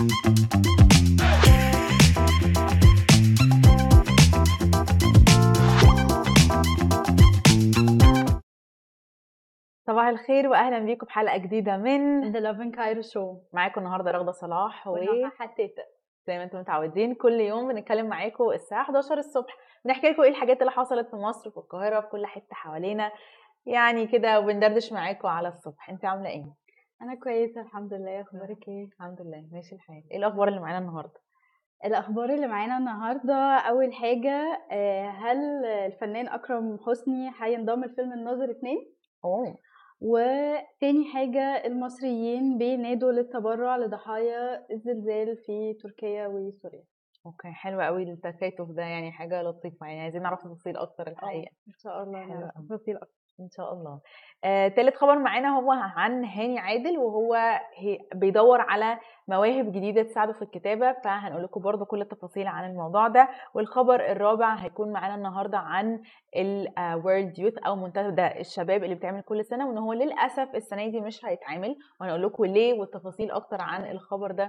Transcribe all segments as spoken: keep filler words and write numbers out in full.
صباح الخير واهلا بيكم بحلقه جديده من The Love in Cairo Show. معاكم النهارده رغده صلاح و حتيتا زي ما انتم متعودين كل يوم بنتكلم معاكم الساعه حداشر الصبح، بنحكي لكم ايه الحاجات اللي حصلت في مصر وفي القاهره في كل حته حوالينا يعني كده، وبندردش معاكم على الصبح. انت عامله ايه؟ انا كويسه الحمد لله. اخبارك ايه؟ الحمد لله ماشي الحال. ايه الاخبار اللي معانا النهارده؟ الاخبار اللي معانا النهارده اول حاجه، هل الفنان اكرم حسني هينضم لفيلم الناظر اتنين؟ اوه. وتاني حاجه، المصريين بينادوا للتبرع لضحايا الزلزال في تركيا وسوريا. اوكي، حلو قوي التكاتف ده، يعني حاجه لطيفه، يعني عايزين نعرف تفاصيل اكتر الحقيقه. ان شاء الله نعرف تفاصيل اكتر ان شاء الله. آه، تالت خبر معانا هو عن هاني عادل، وهو هي بيدور على مواهب جديده تساعده في الكتابه، فهنقول لكم برضو كل التفاصيل عن الموضوع ده. والخبر الرابع هيكون معانا النهارده عن الورلد يوث او منتدى الشباب اللي بتعمل كل سنه، وان هو للاسف السنه دي مش هيتعمل، وهنقول لكم ليه والتفاصيل اكتر عن الخبر ده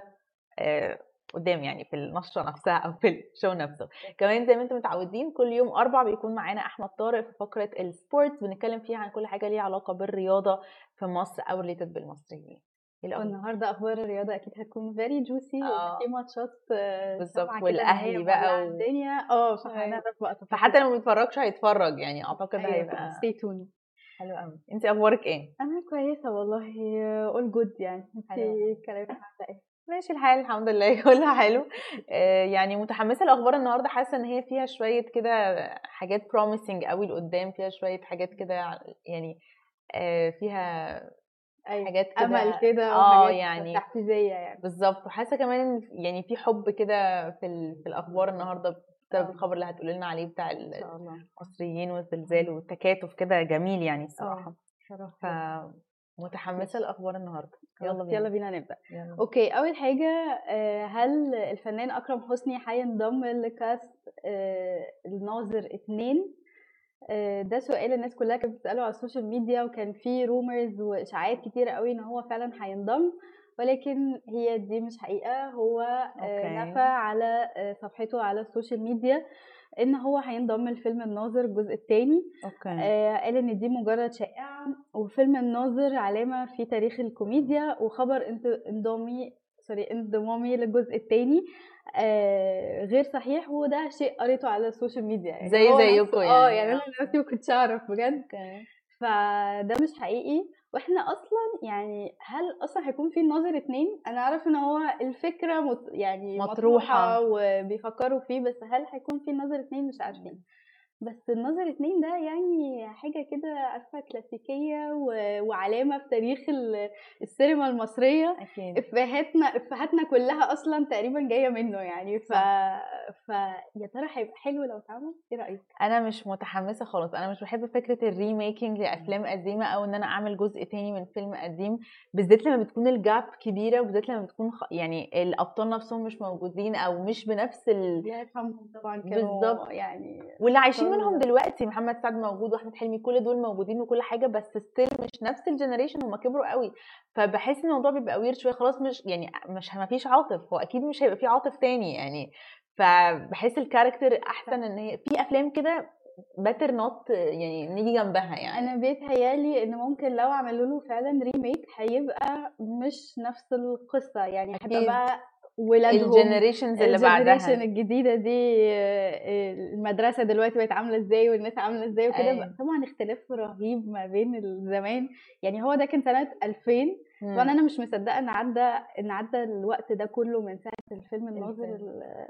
آه قدام، يعني في النشرة نفسها او في الشو نفسه. كمان زي ما انتم متعودين كل يوم اربع بيكون معانا احمد طارق في فقرة السبورتس، بنتكلم فيها عن كل حاجة ليها علاقة بالرياضة في مصر او ريليتد بالمصريين. والنهارده اخبار الرياضه اكيد هتكون فيري جوسي، اه في ماتشات بالظبط، والاهلي بقى و... الدنيا اه فهنعرف بقى، فحتى لو ما بيتفرجش هيتفرج، يعني اعتقد أيوة. هيبقى ستي تون. حلو قوي. انت اخبارك ايه؟ انا كويسه والله، اول جود يعني. انت كلامك عامله ايه؟ ماشي الحال الحمد لله كلها حلو. آه يعني متحمسه الاخبار النهارده، حاسه ان هي فيها شويه كده حاجات بروميسنج قوي لقدام، فيها شويه حاجات كده يعني آه فيها أيوة. حاجات كده امل كده اه يعني تحفيزيه يعني. بالظبط. وحاسه كمان يعني في حب كده في في الاخبار النهارده بسبب الخبر اللي هتقولي لنا عليه بتاع المصريين والزلزال والتكاتف كده جميل يعني الصراحه. ف متحمسه الاخبار النهارده. يلا بينا يلا بينا نبدا. يلا. اوكي، اول حاجه، هل الفنان اكرم حسني هينضم لكاست الناظر اتنين؟ ده سؤال الناس كلها كانت بتساله على السوشيال ميديا، وكان في رومرز واشاعات كتير قوي ان هو فعلا هينضم، ولكن هي دي مش حقيقه. هو أوكي. نفى على صفحته على السوشيال ميديا ان هو هينضم لفيلم الناظر الجزء الثاني. آه قال ان دي مجرد شائعه، وفيلم الناظر علامه في تاريخ الكوميديا، وخبر انضمامي سوري انضمامي للجزء الثاني آه غير صحيح، وده شيء قريته على السوشيال ميديا يعني زي زيكم يعني. اه يعني انا نفسي ما كنتش اعرف بجد. فده مش حقيقي. واحنا اصلا يعني هل اصلا هيكون في الناظر اتنين؟ انا عارف ان هو الفكره مط... يعني مطروحه وبيفكروا فيه، بس هل هيكون في الناظر اتنين؟ مش عارفين. بس الناظر اتنين ده يعني حاجه كده عارفه كلاسيكيه و... وعلامه في تاريخ السينما المصريه. أكيد. افهاتنا افهاتنا كلها اصلا تقريبا جايه منه يعني. ف ف يا ترى هيبقى حلو لو اتعمل؟ ايه رايك؟ انا مش متحمسه خالص، انا مش بحب فكره الريميكينج لافلام قديمه، او ان انا اعمل جزء تاني من فيلم قديم، بالذات لما بتكون الجاب كبيره، وبالذات لما بتكون خ... يعني الابطال نفسهم مش موجودين او مش بنفس ال يفهمهم طبعا كانوا يعني، واللي عايشين منهم دلوقتي. محمد سعد موجود واحمد حلمي، كل دول موجودين وكل حاجه، بس ستيل مش نفس الجنريشن، هم كبروا قوي، فبحس ان الموضوع بيبقى وير شويه. خلاص مش يعني مش ما فيش عاطف، هو اكيد مش هيبقى فيه عاطف تاني يعني. فبحس الكاركتر احسن ان هي في افلام كده باتر نوت يعني نيجي جنبها يعني. انا بيتهيالي ان ممكن لو عملوا له فعلا ريميك هيبقى مش نفس القصه يعني، هتبقى بقى ولادهم الجنريشنز اللي بعدها، الجنريشن الجديده دي، المدرسه دلوقتي بقت عامله ازاي والناس عامله ازاي وكده. أيوة. طبعا اختلاف رهيب ما بين الزمان يعني. هو ده كان سنه ألفين، طبعا انا مش مصدقه ان عدى ان عدى الوقت ده كله من ساعه الفيلم الناظر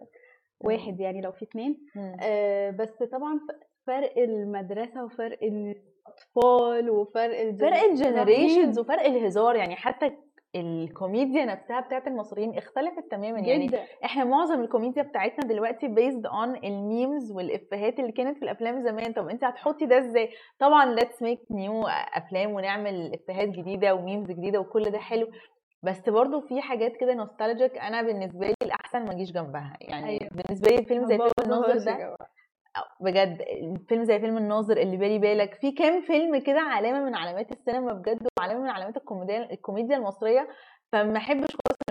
واحد يعني، لو في اتنين. آه بس طبعا فرق المدرسه وفرق الاطفال وفرق فرق الجنريشنز وفرق الهزار يعني، حتى الكوميديا نفسها بتاعت المصريين اختلفت تماما جدا. يعني احنا معظم الكوميديا بتاعتنا دلوقتي بيزد اون الميمز والافيهات اللي كانت في الافلام زمان. طب انت هتحطي ده ازاي؟ طبعا ليتس ميك نيو افلام ونعمل افيهات جديده وميمز جديده وكل ده حلو، بس برضو في حاجات كده نوستالجيك انا بالنسبه لي الاحسن ما اجيش جنبها يعني. أيوة. بالنسبه لي فيلم زي فيلم الناظر ده بجد، فيلم زي فيلم الناظر، اللي بالي بالك، في كام فيلم كده علامه من علامات السينما بجد، وعلامه من علامات الكوميديا الكوميديا المصريه، فما احبش خالص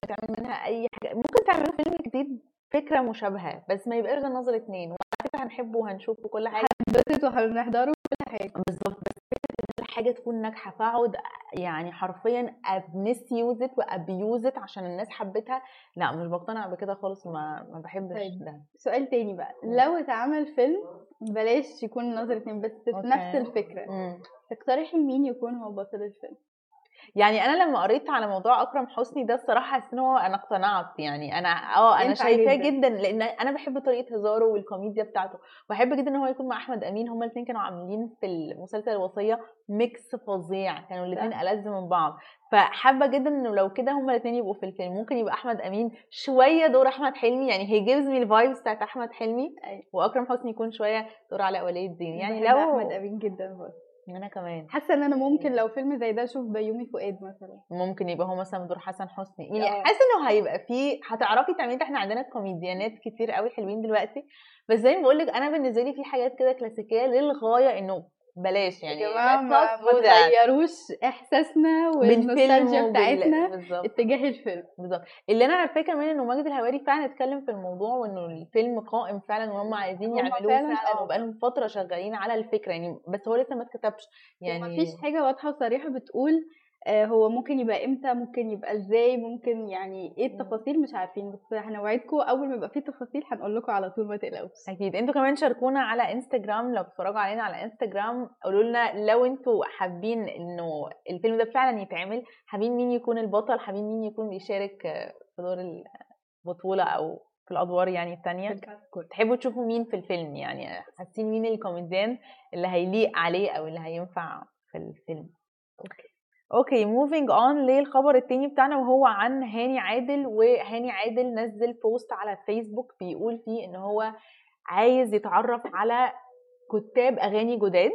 تعمل منها اي حاجه، ممكن تعملوا فيلم جديد فكره مشابهه بس ما يبقاش ده الناظر اتنين، وعلى فكره هنحبه وهنشوفه كل حاجه هنبسط وهنحضره كل حاجه. بالظبط، بس فكره ان الحاجه تكون ناجحه فاقعد يعني حرفيا ابمس يوزت وابيوزت عشان الناس حبتها، لا مش بقتنع بكده خالص، ما ما بحبش طيب ده. سؤال تاني بقى، مم. لو اتعمل فيلم بلاش يكون الناظر اتنين بس في أوكي. نفس الفكره، مم. تقترحي مين يكون هو بطل الفيلم؟ يعني انا لما قريت على موضوع اكرم حسني ده الصراحه حسيت ان هو انا اقتنعت، يعني انا اه انا ينفع شايفاه جدا. جدا لان انا بحب طريقه هزاره والكوميديا بتاعته، وبحب جدا ان هو يكون مع احمد امين، هما الاثنين كانوا عاملين في المسلسل الوصيه ميكس فظيع، كانوا الاثنين صح. ألذ من بعض، فحابه جدا انه لو كده هما الاثنين يبقوا في الفيلم، ممكن يبقى احمد امين شويه دور احمد حلمي، يعني هي جيفز مي الفايبس بتاعت احمد حلمي، أيوة. واكرم حسني يكون شويه دور علاء ولي الدين، يعني بحب لو احمد امين جدا برضه. انا كمان حاسه ان انا ممكن لو فيلم زي ده اشوف بيومي فؤاد مثلا. ممكن يبقى هو مثلا دور حسن حسني، يعني اه. حاسه انه هيبقى فيه هتعرفي تعملي، احنا عندنا كوميديانات كتير قوي حلوين دلوقتي، بس زي ما بقول لك انا بالنسبه لي في حاجات كده كلاسيكيه للغايه، انه بلاش يا يعني جماعه let's ما not ما do that. تغيروش احساسنا بالفيلم والنوستالجيا وبال بتاعتنا بالظبط اتجاه الفيلم. بالظبط اللي انا عارفاه كمان انه ماجد الهواري فعلا اتكلم في الموضوع، وانه الفيلم قائم فعلا وهم عايزين هم يعملوه فعلا فعلا، اه وبقالهم فتره شغالين على الفكره يعني، بس هو لسه ما اتكتبش ومفيش يعني. حاجه واضحه وصريحه بتقول آه هو ممكن يبقى امتى، ممكن يبقى ازاي، ممكن يعني ايه التفاصيل مش عارفين، بس هنوعدكم اول ما يبقى فيه تفاصيل هنقول لكم على طول، ما تقلقوش. اكيد انتوا كمان شاركونا على انستجرام، لو بتتفرجوا علينا على انستجرام قولوا لنا لو انتوا حابين انه الفيلم ده فعلا يتعمل، حابين مين يكون البطل، حابين مين يكون بيشارك في دور البطولة او في الادوار يعني التانية، تحبوا تشوفوا مين في الفيلم، يعني حاسين مين الكوميديان اللي هيليق عليه او اللي هينفع في الفيلم. اوكي اوكي موفينج اون للخبر التاني بتاعنا، وهو عن هاني عادل. وهاني عادل نزل بوست على فيسبوك بيقول فيه ان هو عايز يتعرف على كتاب اغاني جداد،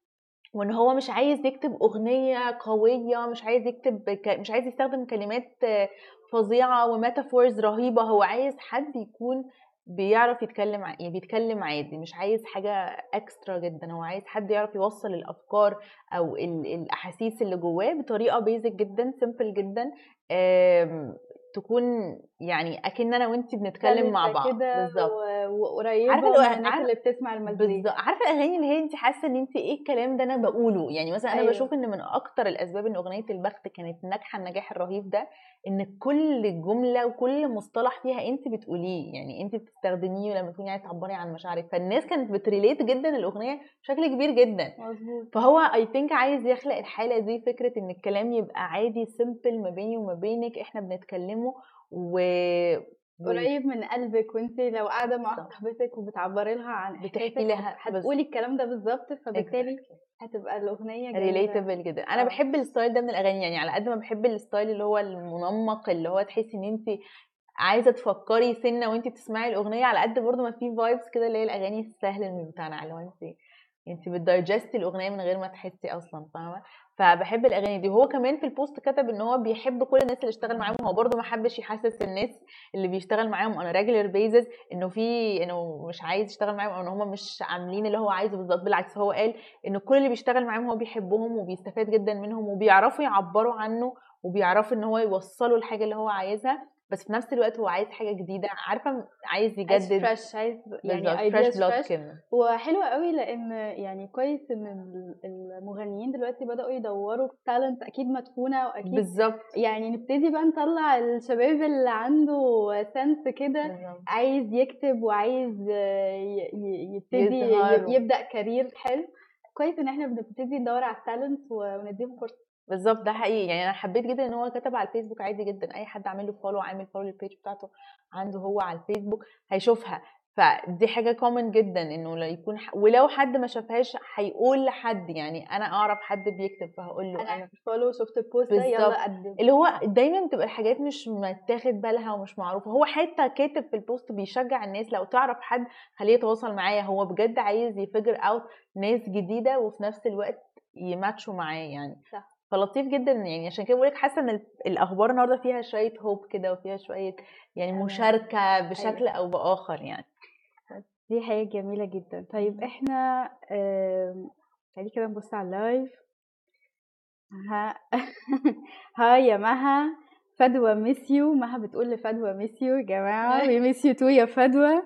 وان هو مش عايز يكتب اغنيه قويه، مش عايز يكتب ك... مش عايز يستخدم كلمات فظيعه وميتافورز رهيبه، هو عايز حد يكون بيعرف يتكلم ع... يعني بيتكلم عادي، مش عايز حاجه اكسترا جدا، هو عايز حد يعرف يوصل الافكار او ال... الاحاسيس اللي جواه بطريقه بيزك جدا، سيمبل جدا، أم... تكون يعني اكن انا وانتي بنتكلم مع بعض بالظبط، وقريبه من الناس عارفه اللي بتسمع المزيكا بالظبط، عارفه الاغاني اللي هي انت حاسه ان انت ايه الكلام ده انا بقوله، يعني مثلا انا أيوة. بشوف ان من اكتر الاسباب ان اغنيه البخت كانت ناجحه النجاح الرهيب ده، ان كل جمله وكل مصطلح فيها انت بتقوليه، يعني انت بتستخدميه لما تكوني عايزه تعبري عن مشاعرك، فالناس كانت بتريليت جدا الاغنيه بشكل كبير جدا. مظبوط. فهو اي ثينك عايز يخلق الحاله دي، فكره ان الكلام يبقى عادي سيمبل ما بيني وما بينك احنا بنتكلمه و قريب من قلبك، وانت لو قاعده مع صاحبتك وبتعبري لها عن بتحكي لها هتقولي الكلام ده بالظبط، فبالتالي exactly. هتبقى الاغنيه جميله ريليتابل جدا. انا أوه. بحب الستايل ده من الاغاني، يعني على قد ما بحب الستايل اللي هو المنمق اللي هو تحسي ان انت عايزه تفكري سنه وانت بتسمعي الاغنيه، على قد برضو ما في فايبس كده اللي هي الاغاني السهل الممتنع اللي هو انت انت بتدايجستي الاغنيه من غير ما تحسي اصلا، فاهمه؟ فبحب الاغاني دي. هو كمان في البوست كتب ان هو بيحب كل الناس اللي اشتغل معاهم، هو برضو ما حبش يحسس الناس اللي بيشتغل معاهم on a regular basis انه في انه مش عايز يشتغل معاهم او ان هم مش عاملين اللي هو عايزه بالظبط، بالعكس هو قال انه كل اللي بيشتغل معاهم هو بيحبهم وبيستفاد جدا منهم وبيعرفوا يعبروا عنه وبيعرفوا ان هو يوصلوا الحاجه اللي هو عايزها، بس في نفس الوقت هو عايز حاجه جديده، عارفه عايز يجدد، عايز فريش، عايز يعني ايدياز فريش كده. وحلو قوي، لان يعني كويس ان المغنيين دلوقتي بداوا يدوروا في تالنت اكيد مدفونه، واكيد بالظبط يعني نبتدي بقى نطلع الشباب اللي عنده سنس كده عايز يكتب وعايز يبتدي يظهروا. يبدا كارير حلو. كويس ان احنا بنبتدي ندور على التالنت ونديهم فرصه. بالظبط ده حقيقي، يعني انا حبيت جدا ان هو كتب على الفيسبوك عادي جدا، اي حد عامل له فولو عامل فولو للبيج بتاعته عنده هو على الفيسبوك هيشوفها، فدي حاجه كومن جدا انه لا يكون ح... ولو حد ما شافهاش هيقول لحد، يعني انا اعرف حد بيكتب فهقول له انا فولو شفت البوست ده يلا قدم، اللي هو دايما بتبقى الحاجات مش متاخد بالها ومش معروفه، هو حتى كاتب في البوست بيشجع الناس لو تعرف حد خليه يتواصل معايا، هو بجد عايز يفجر اوت ناس جديده وفي نفس الوقت يماتشوا معاه يعني صح. فلطيف جدا، يعني عشان كده بقولك حاسه ان الاخبار النهارده فيها شويه هوب كده وفيها شويه يعني مشاركه بشكل او باخر يعني، دي حاجه جميله جدا. طيب احنا تعالي كده نبص على اللايف. ها ها يا مها فدوى ميسيو، مها بتقول لفدوى ميسيو يا جماعه، وميسيو تو يا فدوى.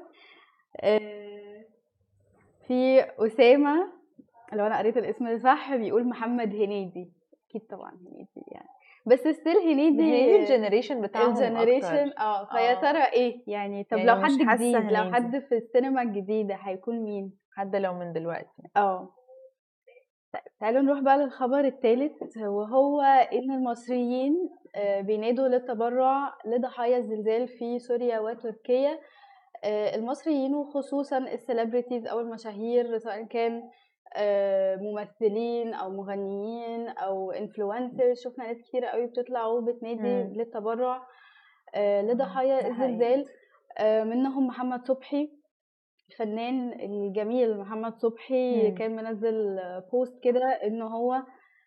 آه، في اسامه لو انا قريت الاسم ده صح بيقول محمد هنيدي، اكيد طبعا هنيدي يعني، بس ستيل هنيدي هنيدي الجنريشن بتاعهم الجنريشن اكتر. اه فيا اه ترى ايه يعني؟ طب يعني لو مش حد حاسه جديد، لو هنيدي حد في السينما الجديده هيكون مين؟ حد لو من دلوقتي. اه تعالوا نروح بقى للخبر الثالث، وهو ان المصريين آه، بينادوا للتبرع لضحايا الزلزال في سوريا وتركيا. آه، المصريين وخصوصا السليبرتيز او المشاهير، سواء كان آه، ممثلين او مغنيين او انفلونسر، شفنا ناس كتير قوي بتطلع وبتنادي مم. للتبرع آه، لضحايا ده الزلزال. حقيقي. آه، منهم محمد صبحي، الفنان الجميل محمد صبحي، مم. كان منزل بوست كده ان هو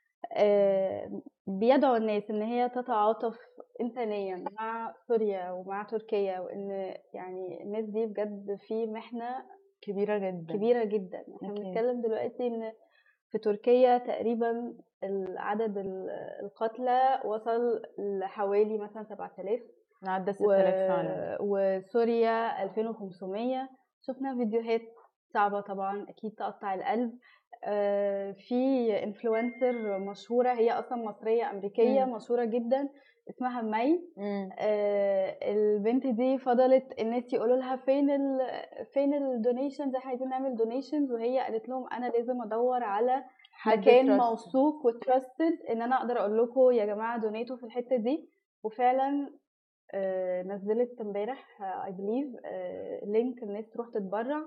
آه، بيدعو الناس ان هي تتعاطف انسانيا مع سوريا ومع تركيا، وان يعني الناس دي بجد في محنة كبيره جدا. كبيرة جدا. احنا أكيد. بنتكلم دلوقتي ان في تركيا تقريبا عدد القتلى وصل لحوالي مثلا سبعة آلاف، عدى و... ستة آلاف فعلا. وسوريا ألفين وخمسمية. شفنا فيديوهات صعبة طبعا اكيد تقطع القلب. آه، في انفلونسر مشهورة، هي اصلا مصرية امريكية مم. مشهورة جدا، اسمها مي. مم. آه، البنت دي فضلت الناس يقولوا لها فين ال فين الدونيشنز، احنا عايزين نعمل دونيشنز، وهي قالت لهم انا لازم ادور على حد مكان trust. موثوق وتراستد ان انا اقدر اقول لكم يا جماعه دونيتوا في الحته دي. وفعلا آه، نزلت امبارح اي بليف لينك الناس تروح تتبرع.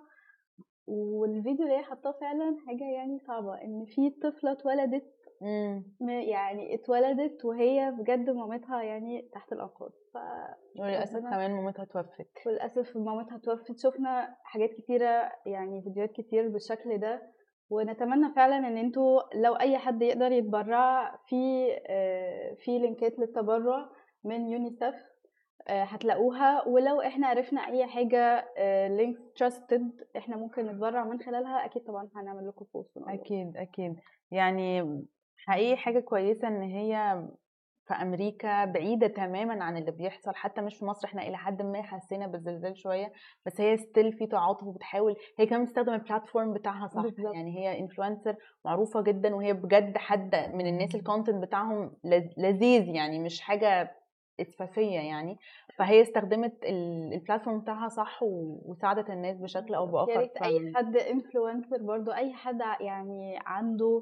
والفيديو اللي هي حطاه فعلا حاجه يعني صعبه، ان في طفله اتولدت مم. م- يعني اتولدت وهي بجد مامتها يعني تحت الانقاض. ف وللاسف ربنا، كمان مامتها توفت. وللأسف مامتها توفت. شفنا حاجات كتيرة يعني، فيديوهات كتير بالشكل ده. ونتمنى فعلا ان انتوا لو اي حد يقدر يتبرع في آه، في لينكات للتبرع من يونيسف آه، هتلاقوها. ولو احنا عرفنا اي حاجة لينك تراستد احنا ممكن نتبرع من خلالها، اكيد طبعا هنعمل لكم بوست. اكيد اكيد. يعني حقيقي حاجه كويسه ان هي في امريكا بعيده تماما عن اللي بيحصل، حتى مش في مصر. احنا الى حد ما حسينا بالزلزال شويه، بس هي ستيل في تعاطف وبتحاول. هي كمان بتستخدم البلاتفورم بتاعها صح. بالظبط. يعني هي انفلونسر معروفه جدا، وهي بجد حد من الناس الكونتنت بتاعهم لذ- لذيذ يعني، مش حاجه اسفافيه يعني. فهي استخدمت ال- البلاتفورم بتاعها صح و- وساعدت الناس بشكل او يا باخر. ريت اي حد انفلونسر برضو، اي حد ع- يعني عنده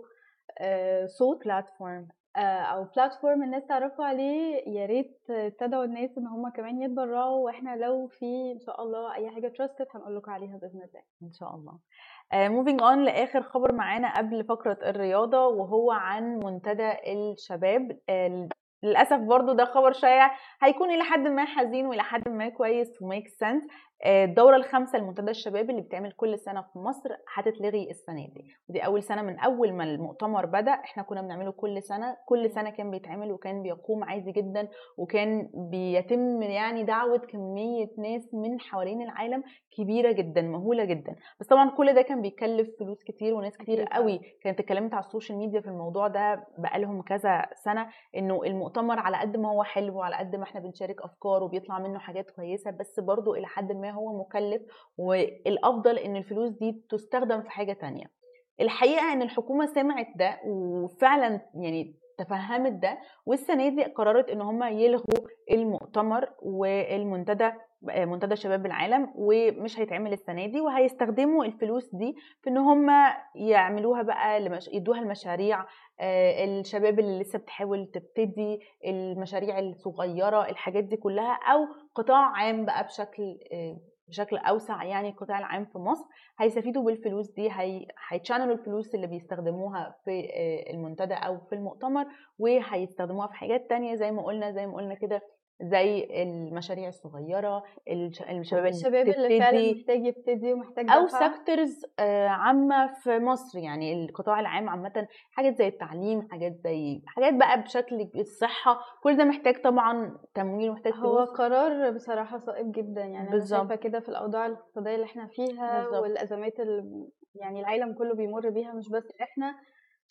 آه، صوت بلاتفورم. آه، او بلاتفورم الناس تعرفوا عليه، يا ريت تدعوا الناس ان هم كمان يتبرعوا. واحنا لو في ان شاء الله اي حاجه تراستد هنقول لكم عليها باذن الله ان شاء الله. موفينج uh, اون لاخر خبر معانا قبل فقره الرياضه، وهو عن منتدى الشباب. uh, للاسف برضو ده خبر شائع، هيكون الى حد ما حزين والى حد ما كويس وميك سنس. الدوره الخامسه لمنتدى الشباب اللي بتعمل كل سنه في مصر هتتلغي السنه دي، ودي اول سنه من اول ما المؤتمر بدا. احنا كنا بنعمله كل سنه، كل سنه كان بيتعمل وكان بيقوم عادي جدا، وكان بيتم يعني دعوه كميه ناس من حوالين العالم كبيره جدا مهوله جدا. بس طبعا كل ده كان بيكلف فلوس كتير، وناس كتير قوي كانت اتكلمت على السوشيال ميديا في الموضوع ده بقالهم كذا سنه، انه المؤتمر على قد ما هو حلو وعلى قد ما احنا بنشارك افكار وبيطلع منه حاجات كويسه، بس برضو الى حد ما هو مكلف، والافضل ان الفلوس دي تستخدم في حاجه تانية. الحقيقه ان الحكومه سمعت ده وفعلا يعني تفهمت ده، والسنه دي قررت ان هم يلغوا المؤتمر والمنتدى، منتدى شباب العالم، ومش هيتعمل السنه دي، وهيستخدموا الفلوس دي في ان هم يعملوها بقى لمش... يدوها المشاريع الشباب اللي لسه بتحاول تبتدي، المشاريع الصغيره، الحاجات دي كلها، او قطاع عام بقى بشكل بشكل اوسع. يعني القطاع العام في مصر هيستفيدوا بالفلوس دي، هي هيتشانلوا الفلوس اللي بيستخدموها في المنتدى او في المؤتمر، وهيستخدموها في حاجات تانية زي ما قلنا زي ما قلنا كده، زي المشاريع الصغيره، الشباب الشباب اللي فعلا محتاج يبتدي ومحتاج او دفعه، سيكتورز عامه في مصر. يعني القطاع العام عامه، حاجات زي التعليم، حاجات زي حاجات بقى بشكل الصحه، كل ده محتاج طبعا تمويل ومحتاج فلوس. هو قرار بصراحه صائب جدا يعني. بالزبط. انا شايفه كده في الاوضاع الاقتصاديه اللي احنا فيها بالزبط. والازمات اللي يعني العالم كله بيمر بيها، مش بس احنا.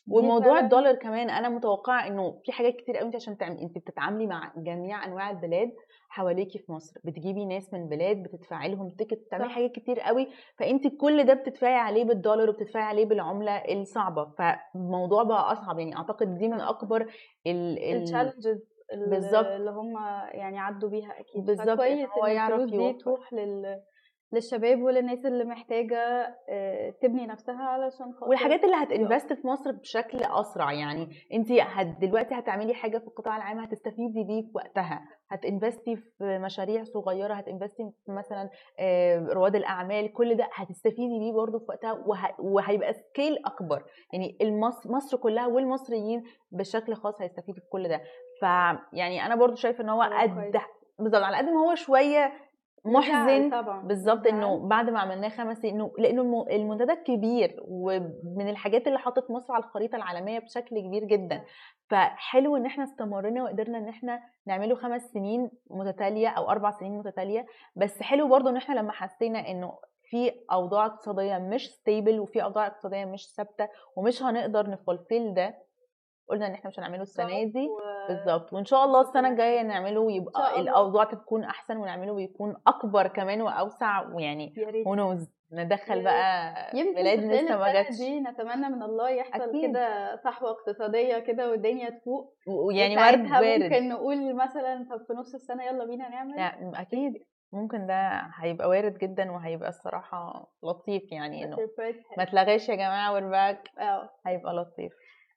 وموضوع الدولار كمان انا متوقعه انه في حاجات كتير قوي انت عشان تعمل، انت بتتعاملي مع جميع انواع البلاد حواليكي في مصر، بتجيبي ناس من بلاد بتدفعي لهم تيكت، بتعملي حاجات كتير قوي، فانت كل ده بتدفعي عليه بالدولار وبتدفعي عليه بالعمله الصعبه، فالموضوع بقى اصعب. يعني اعتقد دي من اكبر التشالنجز اللي هم يعني عدوا بيها اكيد. بالظبط، كويس ان الفلوس دي تروح لل للشباب وللناس اللي محتاجه تبني نفسها علشان خاطر والحاجات اللي هتنفست في مصر بشكل اسرع. يعني انت هت دلوقتي هتعملي حاجه في القطاع العام هتستفيدي بيه في وقتها، هتنفستي في مشاريع صغيره، هتنفستي في مثلا رواد الاعمال، كل ده هتستفيدي بيه برضه في وقتها، وه... وهيبقى سكيل اكبر. يعني المصر مصر كلها والمصريين بشكل خاص هيستفيدوا في كل ده. فيعني انا برضه شايفه ان هو قد بالظبط على قد ما هو شويه محزن بالظبط انه بعد ما عملناه خمس سنين، انه لانه المنتدى كبير ومن الحاجات اللي حطت مصر على الخريطه العالميه بشكل كبير جدا، فحلو ان احنا استمرنا وقدرنا ان احنا نعمله خمس سنين متتاليه او اربع سنين متتاليه. بس حلو برضو ان احنا لما حسينا انه في اوضاع اقتصاديه مش ستيبل وفي اوضاع اقتصاديه مش ثابته ومش هنقدر نفولفيل ده، قلنا ان احنا مش هنعمله السنه دي و... بالظبط، وان شاء الله السنه الجايه نعمله ويبقى الاوضاع تكون احسن ونعمله ويكون اكبر كمان واوسع، ويعني هونوز ندخل بقى بلاد لسه ما جاتش. دي نتمنى من الله يحصل كده صحوه اقتصاديه كده والدنيا تفوق، ويعني وارد وارد ممكن نقول مثلا طب في نص السنه يلا بينا نعمل. يعني اكيد ممكن ده هيبقى وارد جدا وهيبقى الصراحه لطيف، يعني انه ما تلغاش يا جماعه والباك هيبقى لطيف.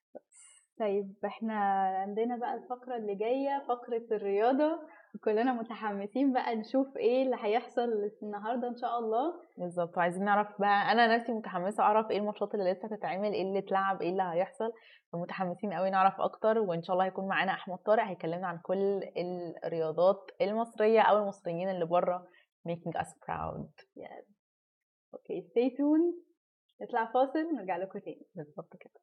طيب احنا عندنا بقى الفقرة اللي جاية، فقرة الرياضة، كلنا متحمسين بقى نشوف ايه اللي هيحصل النهاردة ان شاء الله. بالظبط، عايزين نعرف بقى، انا نفسي متحمسة اعرف ايه الماتشات اللي لسه هتتعمل، ايه اللي اتلعب، ايه اللي هيحصل، فمتحمسين قوي نعرف اكتر. وان شاء الله هيكون معانا احمد طارق هيكلمنا عن كل الرياضات المصرية او المصريين اللي بره making us proud. yes. اوكي stay tuned، نطلع فاصل ونرجع لكم تاني. بالظبط كده.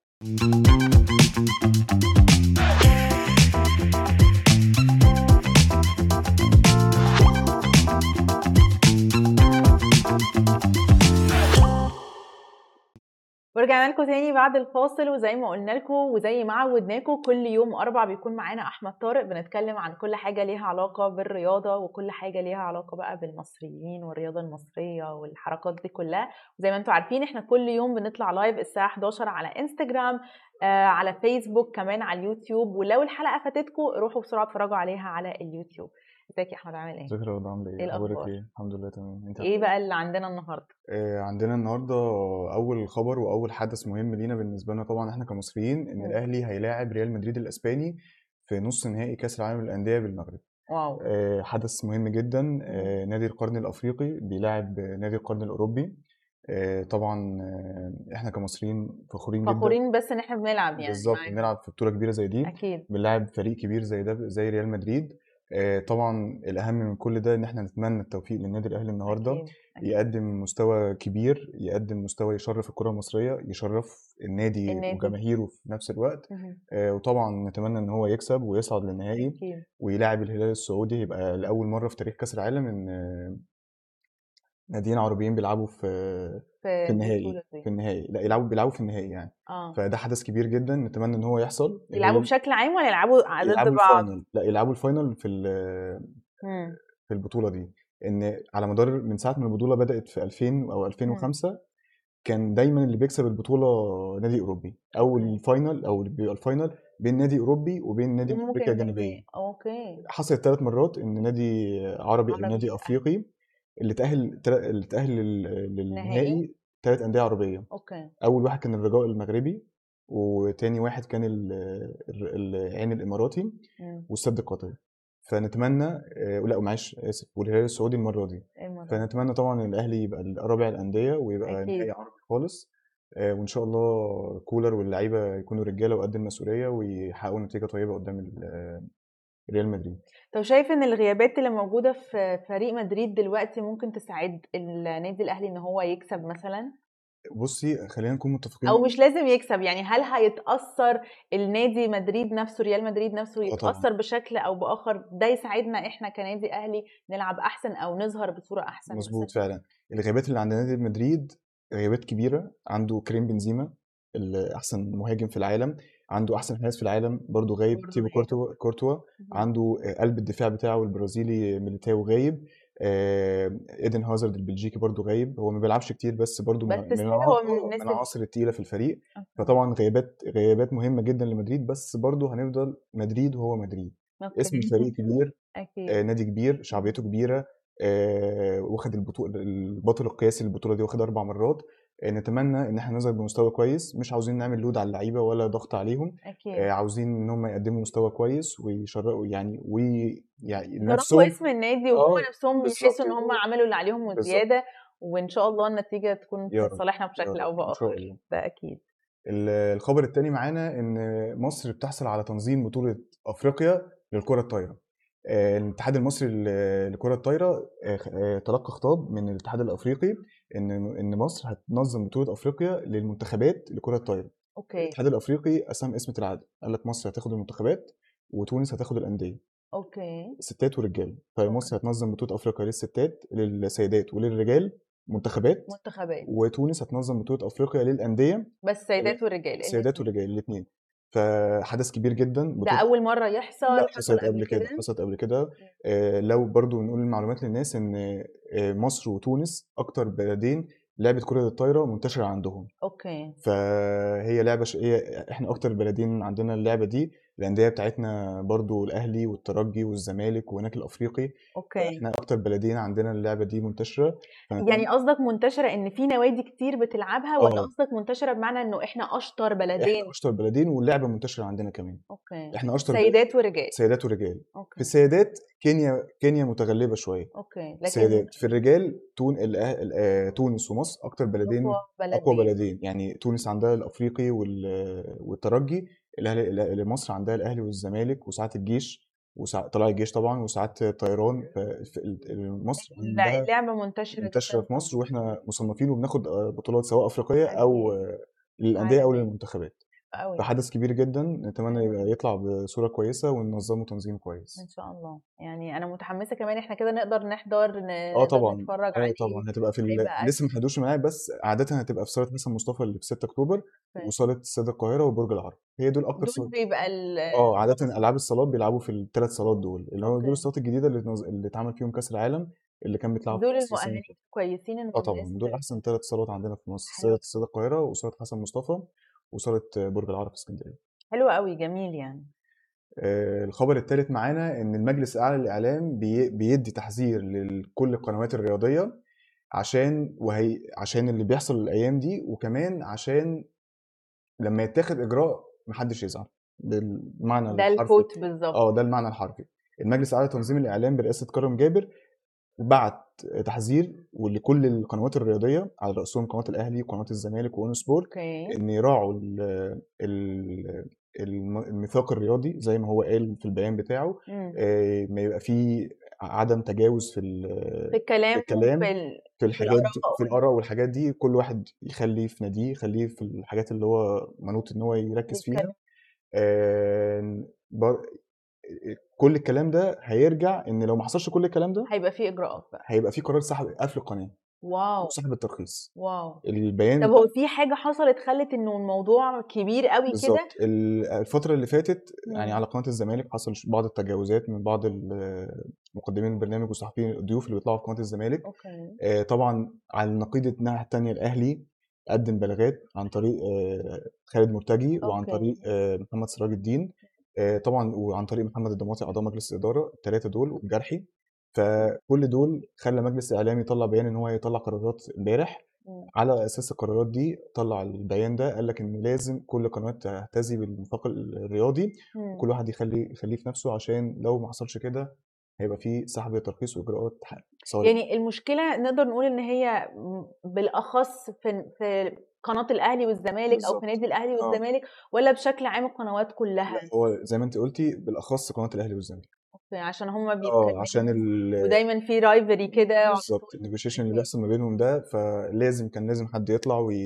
ورجعنا لكم تاني بعد الفاصل، وزي ما قلنا لكم وزي ما عودناكم كل يوم اربع بيكون معانا احمد طارق بنتكلم عن كل حاجه ليها علاقه بالرياضه وكل حاجه ليها علاقه بقى بالمصريين والرياضه المصريه والحركات دي كلها. وزي ما انتم عارفين احنا كل يوم بنطلع لايف الساعه حداشر على انستجرام، آه على فيسبوك، كمان على اليوتيوب، ولو الحلقه فاتتكم روحوا بسرعه اتفرجوا عليها على اليوتيوب. ازيك يا احمد، عامل ايه؟ ازيك يا رضا، عامله ايه؟ اخبارك ايه؟ الحمد لله تمام. انت ايه بقى اللي عندنا النهارده؟ آه عندنا النهارده اول خبر واول حدث مهم لينا بالنسبه لنا طبعا احنا كمصريين، ان م. الاهلي هيلاعب ريال مدريد الاسباني في نص نهائي كاس العالم للانديه بالمغرب. واو. آه حدث مهم جدا. آه نادي القرن الافريقي بيلاعب نادي القرن الاوروبي. آه طبعا آه احنا كمصريين فخورين جدا، فخورين بس ان احنا بنلعب يعني بالظبط، بنلعب في بطوله كبيره زي دي. اكيد بنلعب فريق كبير زي ده زي ريال مدريد. طبعا الاهم من كل ده ان احنا نتمنى التوفيق للنادي الاهلي النهارده. أكيد. أكيد. يقدم مستوى كبير، يقدم مستوى يشرف الكره المصريه، يشرف النادي, النادي. وجماهيره في نفس الوقت. آه وطبعا نتمنى ان هو يكسب ويصعد للنهائي ويلاعب الهلال السعودي. يبقى لاول مره في تاريخ كاس العالم ان ناديين عربيين بيلعبوا في في, في النهائي في النهائي لا يلعبوا بيلعبوا في النهائي يعني. آه. فده حدث كبير جدا، نتمنى ان هو يحصل. يلعبوا بشكل عام ولا يلعبوا ضد بعض؟ لا يلعبوا الفاينل في في البطوله دي. ان على مدار من ساعه ما البطوله بدات في ألفين او ألفين وخمسة مم. كان دايما اللي بيكسب البطوله نادي اوروبي، او الفاينل او بيبقى الفاينل بين نادي اوروبي وبين نادي افريقيا الجنوبيه. اوكي. حصلت ثلاث مرات ان نادي عربي او نادي افريقي اللي تأهل اللي تأهل للنهائي ثلاث أندية عربية. أوكي. أول واحد كان الرجاء المغربي، وتاني واحد كان العين الإماراتي، م. والسد القطري. فنتمنى لا معلش آسف والهلال السعودي المرة دي. المرة. فنتمنى طبعا الأهلي يبقى رابع الأندية ويبقى نهائي عربي خالص، وإن شاء الله كولر واللعيبة يكونوا رجالة وقد المسؤولية ويحققوا نتيجة طيبة قدام ريال مدريد. طب شايف ان الغيابات اللي موجوده في فريق مدريد دلوقتي ممكن تساعد النادي الاهلي ان هو يكسب مثلا؟ بصي خلينا نكون متفقين، او مش لازم يكسب، يعني هل هيتاثر النادي مدريد نفسه، ريال مدريد نفسه يتاثر بشكل او باخر؟ ده يساعدنا احنا كنادي اهلي نلعب احسن او نظهر بصوره احسن. مظبوط فعلا. الغيابات اللي عند نادي مدريد غيابات كبيره. عنده كريم بنزيما احسن مهاجم في العالم، عنده احسن حارس في العالم برضو غايب تيبو كورتوا كورتوا عنده قلب الدفاع بتاعه البرازيلي ميليتاو غايب، ايدن هازارد البلجيكي برضو غايب، هو ما بيلعبش كتير بس برضو بس من هو من من العناصر التقيله في الفريق. فطبعا غيابات غيابات مهمه جدا لمدريد، بس برضو هنفضل مدريد وهو مدريد. أوكي. اسم الفريق كبير أكيد. آه نادي كبير شعبيته كبيره، آه واخد البطوله البطل القياسي للبطوله دي، واخد اربع مرات. آه نتمنى ان احنا نظهر بمستوى كويس، مش عاوزين نعمل لود على اللعيبه ولا ضغط عليهم. أكيد. آه عاوزين ان هم يقدموا مستوى كويس ويشرقوا يعني ويعني نفسهم اسم النادي وهم نفسهم يحسوا ان هم عملوا اللي عليهم وزياده، وان شاء الله النتيجه تكون في صالحنا بشكل او باخر. ده اكيد. الخبر الثاني معانا ان مصر بتحصل على تنظيم بطوله افريقيا للكره الطايره. الاتحاد المصري لكره الطايره تلقى خطاب من الاتحاد الافريقي ان ان مصر هتنظم بطوله افريقيا للمنتخبات لكره الطايره. اوكي. الاتحاد الافريقي قسم قسمه العدل، قال لك مصر هتاخد المنتخبات وتونس هتاخد الانديه. اوكي. ستات ورجال. طيب مصر هتنظم بطوله افريقيا للستات للسيدات وللرجال منتخبات منتخبات وتونس هتنظم بطوله افريقيا للانديه بس سيدات ورجال. السيدات والرجال الاثنين. فحدث كبير جدا. ده اول مره يحصل؟ لا حصلت قبل كده حصلت قبل كده آه لو برضو نقول المعلومات للناس ان آه مصر وتونس اكتر بلدين لعبه كره الطايره منتشره عندهم. اوكي. فهي لعبه ش... هي احنا اكتر بلدين عندنا اللعبه دي. الانديه بتاعتنا برضو الاهلي والترجي والزمالك وهناك الافريقي. اوكي. احنا اكتر بلدين عندنا اللعبه دي منتشره. يعني قصدك منتشره ان في نوادي كتير بتلعبها، ولا قصدك منتشره بمعنى انه احنا اشطر بلدين؟ احنا اشطر بلدين واللعبه منتشره عندنا كمان. اوكي. احنا اشطر سيدات ورجال. سيدات ورجال. أوكي. في السيدات كينيا كينيا متغلبه شويه. اوكي. لكن السيدات في الرجال تون تونس ومصر اكتر بلدين اقوى بلدين, أقوى بلدين. يعني تونس عندها الافريقي والترجي، الاهلي مصر عندها الاهلي والزمالك وساعات الجيش وساعات طلع الجيش طبعا وساعات طيران. مصر عندها اللعبه منتشره منتشره في مصر، واحنا مصنفين وبناخد بطولات سواء افريقيه او للانديه او للمنتخبات. أوي. فحدث كبير جدا، نتمنى يطلع بصوره كويسه وننظمه تنظيم كويس ان شاء الله. يعني انا متحمسه كمان، احنا كده نقدر نحضر اه طبعا نتفرج اه عليه. طبعا هتبقى في ال... لسه ما حدوش معايا، بس عاده هتبقى في صاله حسن مصطفى اللي في ستة اكتوبر وصاله استاد القاهره وبرج العرب. هي دول اكتر دول بيبقى اه عاده العاب الصالات بيلعبوا في الثلاث صالات دول، اللي هو دول الصالات الجديده اللي نز... اللي اتعمل فيهم كاس العالم اللي كان بيتلعب دول المؤهلين كويسين اه طبعا دول احسن ثلاث صالات عندنا في مصر، صاله استاد القاهره وصاله حسن مصطفى وصاله برج العرب في اسكندريه. حلو قوي، جميل. يعني آه الخبر الثالث معانا ان المجلس الاعلى للاعلام بي... بيدي تحذير لكل القنوات الرياضيه عشان وهي عشان اللي بيحصل الايام دي، وكمان عشان لما يتاخد اجراء محدش يزعل. بالمعنى ده الحرفي الكوت بالظبط. اه ده المعنى الحرفي. المجلس الاعلى لتنظيم الاعلام برئاسه كرم جابر بعت تحذير ولكل القنوات الرياضيه على راسهم قناه الاهلي وقناه الزمالك واون سبورت ان يراعوا الميثاق الرياضي زي ما هو قال في البيان بتاعه. آه ما يبقى فيه عدم تجاوز في في الكلام, في, الكلام في, في الحاجات دي في الاراء والحاجات دي. كل واحد يخليه في ناديه، يخليه في الحاجات اللي هو منوط ان هو يركز فيها. آه بر... كل الكلام ده هيرجع ان لو ما حصلش كل الكلام ده هيبقى فيه اجراءات بقى، هيبقى فيه قرار سحب قفل القناه. واو. وسحب الترخيص. واو. البيان طب هو في حاجه حصلت خلت انه الموضوع كبير قوي كده؟ بالظبط. الفتره اللي فاتت يعني على قناه الزمالك حصل بعض التجاوزات من بعض مقدمين البرنامج والصحفيين الضيوف اللي بيطلعوا في قناه الزمالك. أوكي. آه طبعا على النقيض الناحيه الثانيه الاهلي قدم بلاغات عن طريق آه خالد مرتجي وعن أوكي. طريق آه محمد سراج الدين آه طبعا وعن طريق محمد الضماطي اعضاء مجلس الاداره الثلاثه دول والجرحي. فكل دول خلى مجلس الاعلام يطلع بيان ان هو يطلع قرارات امبارح. على اساس القرارات دي طلع البيان ده، قال لك ان لازم كل قناه تهتزي بالميثاق الرياضي وكل واحد يخلي يخليه في نفسه، عشان لو ما حصلش كده هيبقى في سحب ترخيص واجراءات صارمه. يعني المشكله نقدر نقول ان هي بالاخص في في قناه الاهلي والزمالك بالزبط. او في نادي الاهلي والزمالك، ولا بشكل عام القنوات كلها؟ هو زي ما انت قلتي بالاخص قناه الاهلي والزمالك. اوكي. عشان هم بيتكلموا عشان ال... ودايما في رايفري كده بالظبط. النيجوشيشن اللي بيحصل ما بينهم ده، فلازم كان لازم حد يطلع وي...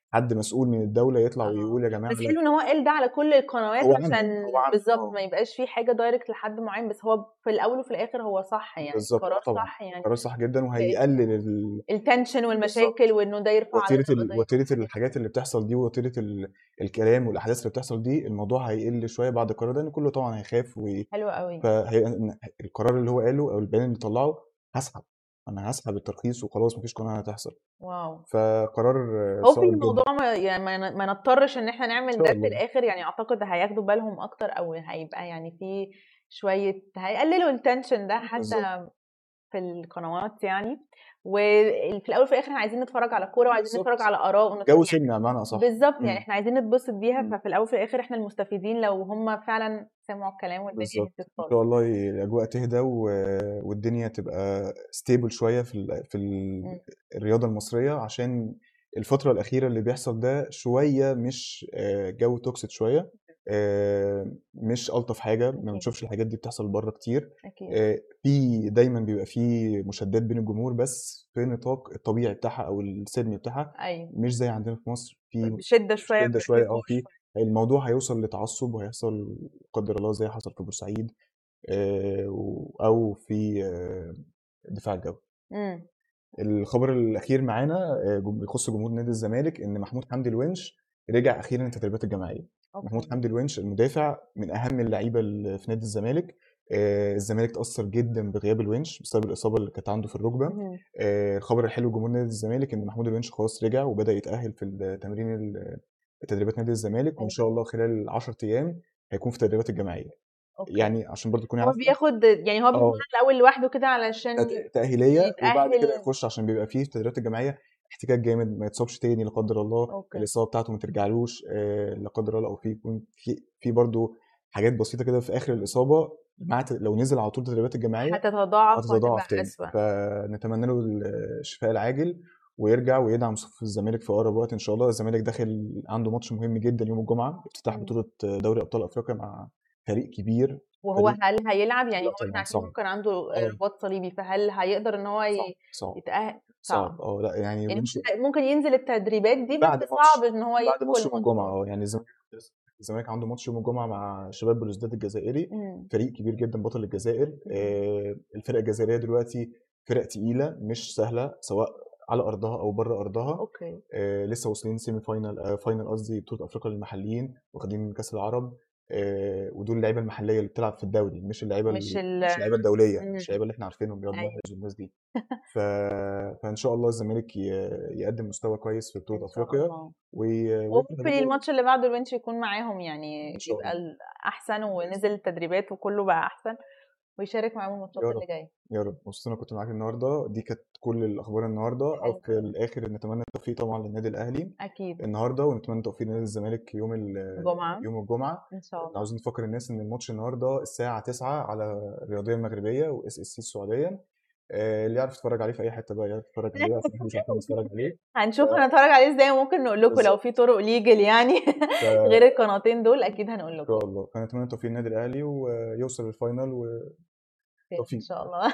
حد مسؤول من الدوله يطلع آه. ويقول يا جماعه. بس حلو ان هو قال ده على كل القنوات هو عشان عمل بالظبط ما يبقاش فيه حاجه دايركت لحد معين، بس هو في الاول وفي الاخر هو صح يعني قرار صح يعني قرار صح جدا، وهيقلل ال... التنشن والمشاكل وانه ده يرفع على وتيره ال... وتيره الحاجات اللي بتحصل دي، وتيره ال... الكلام والاحداث اللي بتحصل دي. الموضوع هيقل شويه بعد القرار ده، ان كله طبعا هيخاف و... حلو قوي. فهي القرار اللي هو قاله او البيان اللي طلعه هسحب انا هسحب الترخيص وخلاص مفيش قناه هتحصل. واو. فقرار هو في الموضوع ما يعني ما نضطرش ان احنا نعمل ده في الاخر يعني. اعتقد هياخدوا بالهم اكتر او هيبقى يعني في شويه هيقللوا التنشن ده حتى بالزبط. في القنوات يعني. وفي الاول وفي الاخر احنا عايزين نتفرج على كوره وعايزين نتفرج على اراء جو سينما بمعنى اصح بالظبط يعني احنا عايزين نتبسط بيها. ففي الاول وفي الاخر احنا المستفيدين لو هم فعلا سمعوا الكلام والدنيا هتتصل. ان شاء الله الاجواء تهدى والدنيا تبقى ستيبل شويه في ال في ال الرياضه المصريه، عشان الفتره الاخيره اللي بيحصل ده شويه مش جو توكسيك شويه، مش الطف حاجه. ما بنشوفش الحاجات دي بتحصل بره كتير. في دايما بيبقى في مشادات بين الجمهور بس في نطاق الطبيعي بتاعها او السلمي بتاعها. أيوة. مش زي عندنا في مصر في شده شويه شده شويه اه في الموضوع هيوصل لتعصب وهيحصل قدر الله زي حصل في بورسعيد او في دفاع الجو. امم الخبر الاخير معانا بيخص جمهور نادي الزمالك، ان محمود حمدي الونش رجع اخيرا التدريبات الجماعيه. أوكي. محمود حمدي الونش المدافع من اهم اللعيبه اللي في نادي الزمالك. الزمالك تاثر جدا بغياب الونش بسبب الاصابه اللي كانت عنده في الركبه. الخبر الحلو لجمهور نادي الزمالك ان محمود الونش خلاص رجع وبدا يتاهل في التمرين تدريبات نادي الزمالك، وان شاء الله خلال عشرة ايام هيكون في التدريبات الجماعيه. أوكي. يعني عشان برضه تكوني عارفه هو بياخد يعني هو بيتمرن الاول لوحده كده علشان تاهيليه يتأهل. وبعد كده يخش عشان بيبقى فيه التدريبات الجماعيه احتكاك جامد، ما يتصابش تاني لا قدر الله. أوكي. الاصابه بتاعته ما ترجعلوش آه لا قدر الله، او في يكون في في برضه حاجات بسيطه كده في اخر الاصابه مع لو نزل على طول التدريبات الجماعيه هتتضاعف هتتضاعف تاني. فنتمنى له الشفاء العاجل ويرجع ويدعم صفوف الزمالك في اقرب وقت ان شاء الله. الزمالك داخل عنده ماتش مهم جدا يوم الجمعه، افتتاح بطوله دوري ابطال افريقيا مع فريق كبير. وهو هل هيلعب يعني؟ هو احنا عارفين كان عنده رباط صليبي، فهل هيقدر ان هو يتأهل؟ صعب اه لا يعني, يعني ممكن ينزل التدريبات دي بس صعب ان هو بعد ماتش يوم الجمعه اه يعني الزمالك عنده ماتش يوم الجمعه مع شباب بلوزداد الجزائري. مم. فريق كبير جدا بطل الجزائر. آه الفرق الجزائريه دلوقتي فرق تقيله مش سهله سواء على ارضها او بره ارضها. اوكي. آه لسه واصلين سيمي فاينل آه فاينل قصدي بطوله افريقيا للمحليين واخدين كاس العرب. آه ودول اللعيبه المحليه اللي بتلعب في الدوري مش اللعيبه مش اللعيبه الدوليه. مم. مش اللعيبه اللي احنا عارفينهم رياض محرز والناس دي. ف... فان شاء الله الزمالك ي... يقدم مستوى كويس في بطوله افريقيا. وممكن الماتش اللي بعده الونش يكون معاهم يعني يبقى احسن ونزل التدريبات وكله بقى احسن ويشارك معاهم الماتشات اللي جايه. يا رب. مبسوط كنت معاك النهارده. دي كانت كل الاخبار النهارده. او في الاخر نتمنى التوفيق طبعا للنادي الاهلي اكيد النهارده، ونتمنى التوفيق لنادي الزمالك يوم الجمعه يوم الجمعه ان شاء الله. عاوزين نفكر الناس ان الماتش النهارده الساعه تسعة على الرياضيه المغربيه واس اس سي السعوديه. اللي يعرف يتفرج عليه في اي حته بقى يعرف يتفرج عليه عشان احنا مش عارفين نتفرج عليه. هنشوف ف... هنتفرج عليه ازاي وممكن نقول لكم لو في طرق ليجل يعني ف... غير القناتين دول اكيد هنقول لكم. ان شاء الله. فنتمنى التوفيق للنادي الاهلي ويوصل للفاينل و توفيق ان شاء الله.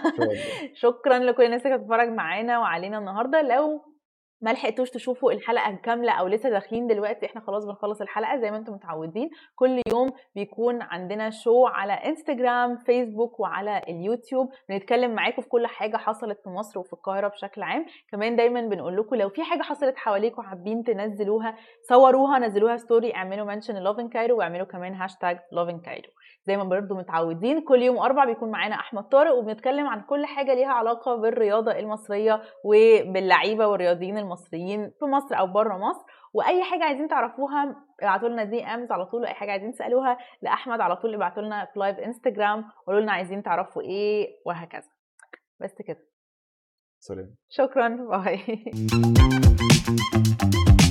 شكرا لكل الناس اللي بتتفرج معانا وعلينا النهارده. لو ما لحقتوش تشوفوا الحلقه الكامله او لسه داخلين دلوقتي، احنا خلاص بنخلص الحلقه زي ما انتم متعودين. كل يوم بيكون عندنا شو على انستجرام فيسبوك وعلى اليوتيوب بنتكلم معاكم في كل حاجه حصلت في مصر وفي القاهره بشكل عام. كمان دايما بنقول لكم لو في حاجه حصلت حواليكم حابين تنزلوها صوروها نزلوها ستوري اعملوا منشن لوفن كايرو واعملوا كمان هاشتاج لوفن كايرو. زي ما برضو متعودين كل يوم اربع بيكون معانا احمد طارق وبنتكلم عن كل حاجه ليها علاقه بالرياضه المصريه وباللعيبه والرياضيين المصريين في مصر او بره مصر. واي حاجه عايزين تعرفوها ابعتوا لنا دي امز على طول. اي حاجه عايزين تسالوها لاحمد على طول ابعتوا لنا في لايف انستجرام قولوا لنا عايزين تعرفوا ايه وهكذا. بس كده. سلام. شكرا باي.